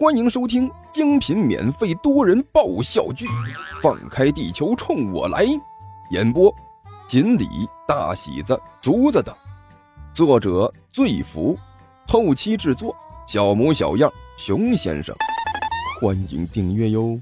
欢迎收听精品免费多人爆笑剧《放开地球冲我来》，演播锦鲤、大喜子、竹子等，作者醉福，后期制作小模小样、熊先生。欢迎订阅哟。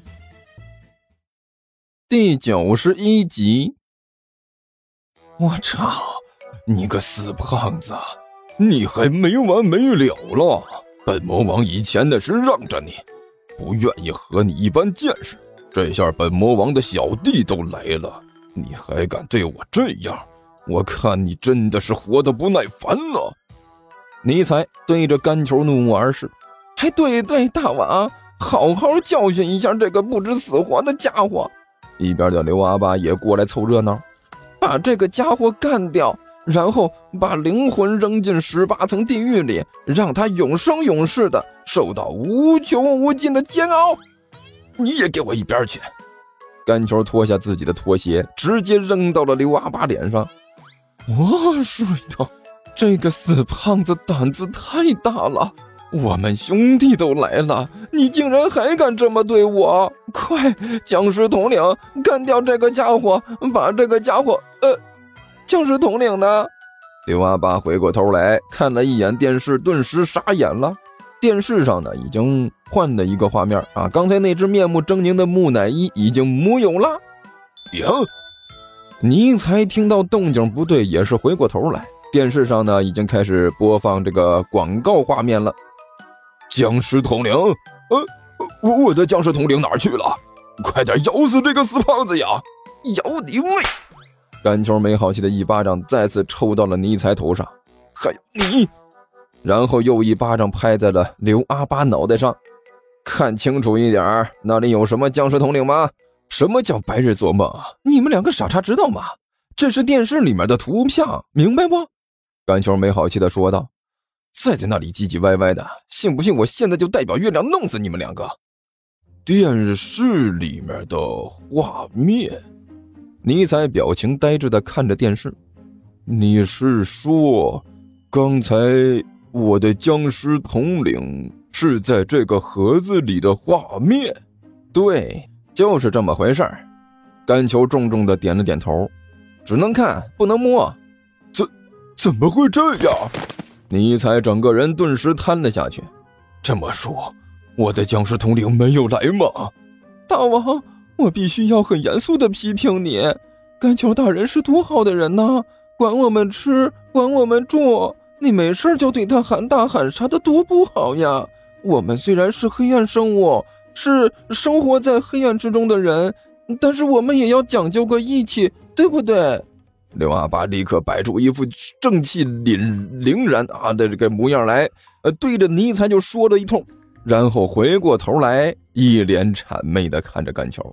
第91集。我操，你个死胖子，你还没完没了了！本魔王以前的事让着你，不愿意和你一般见识，这下本魔王的小弟都来了，你还敢对我这样？我看你真的是活得不耐烦了。尼采对着干球怒目而视，还对，大王，好好教训一下这个不知死活的家伙。一边的刘阿八也过来凑热闹，把这个家伙干掉，然后把灵魂扔进18层地狱里，让他永生永世的受到无穷无尽的煎熬。你也给我一边去！干球脱下自己的拖鞋，直接扔到了刘阿八脸上。我睡的，这个死胖子胆子太大了，我们兄弟都来了，你竟然还敢这么对我！快，僵尸统领，干掉这个家伙，把这个家伙……僵尸统领呢？刘阿八回过头来看了一眼电视，顿时傻眼了。电视上呢，已经换了一个画面啊！刚才那只面目狰狞的木乃伊已经没有了。哟，尼才听到动静不对，也是回过头来。电视上呢，已经开始播放这个广告画面了。僵尸统领，我的僵尸统领哪儿去了？快点咬死这个死胖子呀！咬你妹！干球没好气的一巴掌再次抽到了尼才头上，还有你！然后又一巴掌拍在了刘阿八脑袋上。看清楚一点，那里有什么僵尸统领吗？什么叫白日做梦？你们两个傻叉知道吗？这是电视里面的图像，明白不？干球没好气的说道。再在那里唧唧歪歪的，信不信我现在就代表月亮弄死你们两个？电视里面的画面。尼采表情呆滞地看着电视。你是说刚才我的僵尸统领是在这个盒子里的画面？对，就是这么回事儿。干球重重地点了点头。只能看不能摸。怎么会这样？尼采整个人顿时瘫了下去。这么说我的僵尸统领没有来吗？大王，我必须要很严肃地批评你，干球大人是多好的人呢，管我们吃，管我们住，你没事就对他喊打喊杀的多不好呀。我们虽然是黑暗生物，是生活在黑暗之中的人，但是我们也要讲究个义气，对不对？刘阿八立刻摆出一副正气凛然的这个模样来，对着尼才就说了一通，然后回过头来一脸谄媚地看着干球。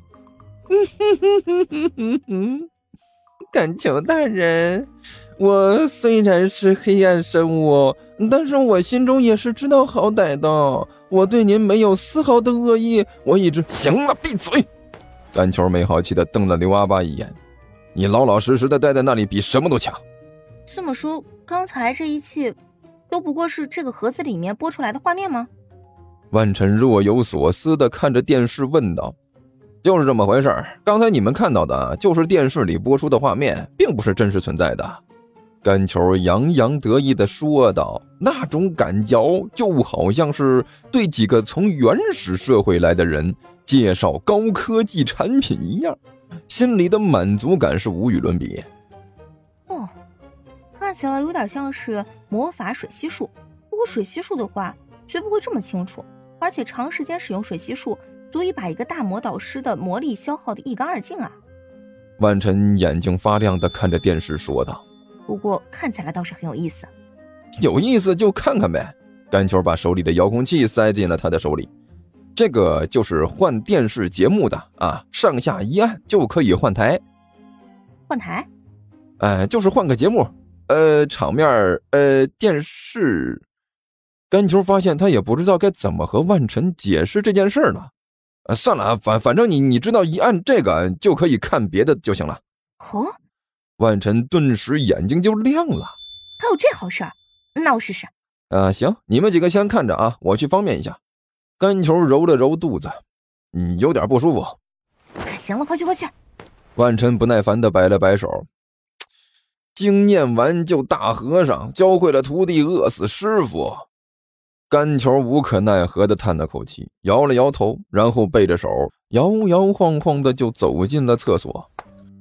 干球大人，我虽然是黑暗生物，但是我心中也是知道好歹的，我对您没有丝毫的恶意，我一直……行了，闭嘴！干球没好气地瞪了刘阿八一眼。你老老实实的待在那里比什么都强。 这么说，刚才这一切都不过是这个盒子里面播出来的画面吗？ 万晨若有所思地看着电视问道。就是这么回事，刚才你们看到的就是电视里播出的画面，并不是真实存在的。干球洋洋得意地说道，那种感觉就好像是对几个从原始社会来的人介绍高科技产品一样，心里的满足感是无与伦比。 看起来有点像是魔法水系术，如果水系术的话绝不会这么清楚，而且长时间使用水系术足以把一个大魔导师的魔力消耗得一干二净啊。 万晨眼睛发亮地看着电视说道。 不过看起来倒是很有意思。 有意思就看看呗。干球把手里的遥控器塞进了他的手里。这个就是换电视节目的啊，上下一按就可以换台。 换台？ 就是换个节目，场面，电视。干球发现他也不知道该怎么和万晨解释这件事了。算了，反正你知道一按这个就可以看别的就行了。万晨顿时眼睛就亮了。 还有这好事儿？那我试试。 行，你们几个先看着啊，我去方便一下。 甘球揉了揉肚子，有点不舒服。 行了，快去快去。 万晨不耐烦地摆了摆手，经念完就大和尚，教会了徒弟饿死师傅。甘球无可奈何地叹了口气，摇了摇头，然后背着手摇摇晃晃地就走进了厕所。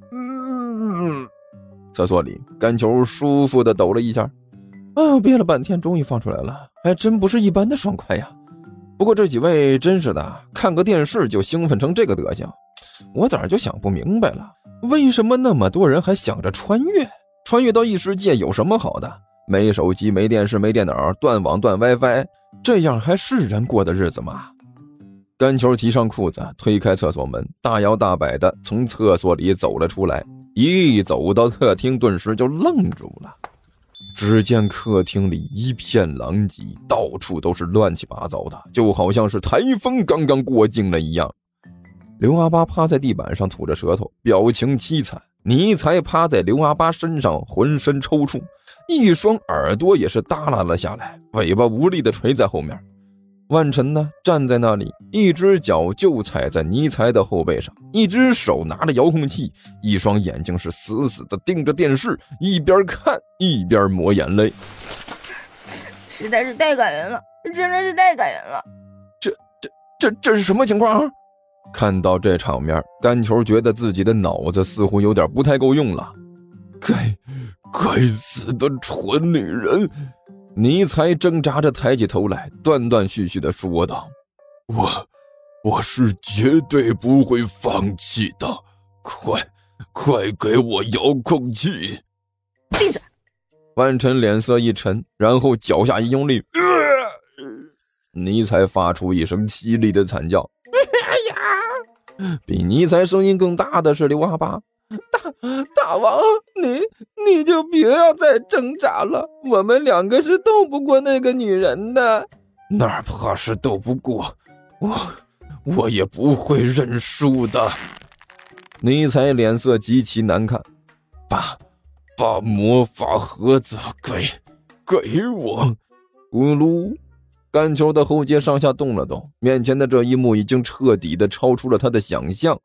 厕所里，甘球舒服地抖了一下，憋了半天终于放出来了，还真不是一般的爽快呀。不过这几位真是的，看个电视就兴奋成这个德行，我咋就想不明白了，为什么那么多人还想着穿越到异世界有什么好的？没手机没电视没电脑，断网断 WiFi， 这样还是人过的日子吗？甘球提上裤子，推开厕所门，大摇大摆地从厕所里走了出来，一走到客厅顿时就愣住了。只见客厅里一片狼藉，到处都是乱七八糟的，就好像是台风刚刚过境了一样。刘阿八趴在地板上吐着舌头，表情凄惨。尼才趴在刘阿八身上，浑身抽搐，一双耳朵也是耷拉了下来，尾巴无力地垂在后面。万晨呢，站在那里，一只脚就踩在尼才的后背上，一只手拿着遥控器，一双眼睛是死死地盯着电视，一边看一边抹眼泪。 实在是太感人了，真的是太感人了。 这是什么情况啊？看到这场面，甘球觉得自己的脑子似乎有点不太够用了。该死的蠢女人！尼才挣扎着抬起头来，断断续续地说道：我是绝对不会放弃的，快给我遥控器！ 闭嘴！ 万晨脸色一沉，然后脚下一用力，尼才发出一声凄厉的惨叫。比尼才声音更大的是刘阿八。大王，你就别要再挣扎了，我们两个是斗不过那个女人的，哪怕是斗不过，我也不会认输的。尼才脸色极其难看，把魔法盒子给我。咕噜，甘球的喉结上下动了动，面前的这一幕已经彻底的超出了他的想象。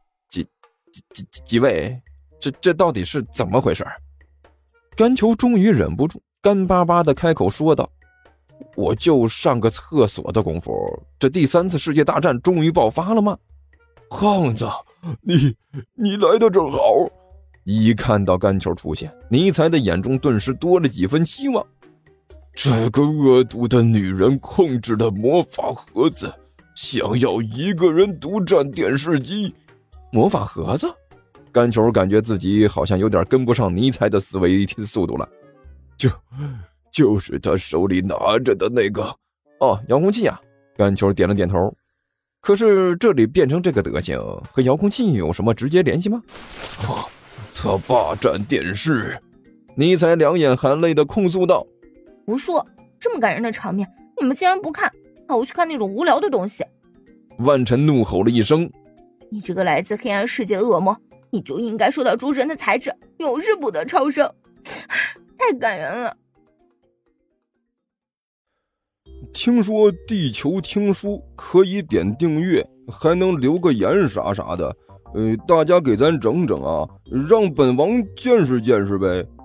几位，这到底是怎么回事？甘球终于忍不住，干巴巴的开口说道：我就上个厕所的功夫，这第3次世界大战终于爆发了吗？胖子，你来得正好。一看到甘球出现，尼才的眼中顿时多了几分希望。这个恶毒的女人控制了魔法盒子，想要一个人独占电视机。魔法盒子？甘球感觉自己好像有点跟不上尼才的思维速度了。就是他手里拿着的那个。遥控器啊！甘球点了点头。可是这里变成这个德行，和遥控器有什么直接联系吗？他霸占电视！尼才两眼含泪地控诉道。 胡说！这么感人的场面，你们竟然不看，跑去看那种无聊的东西！ 万晨怒吼了一声： 你这个来自黑暗世界的恶魔，你就应该受到诸神的裁制，永世不得超生！太感人了。 听说地球听书可以点订阅，还能留个言啥的，大家给咱整整啊，让本王见识见识呗。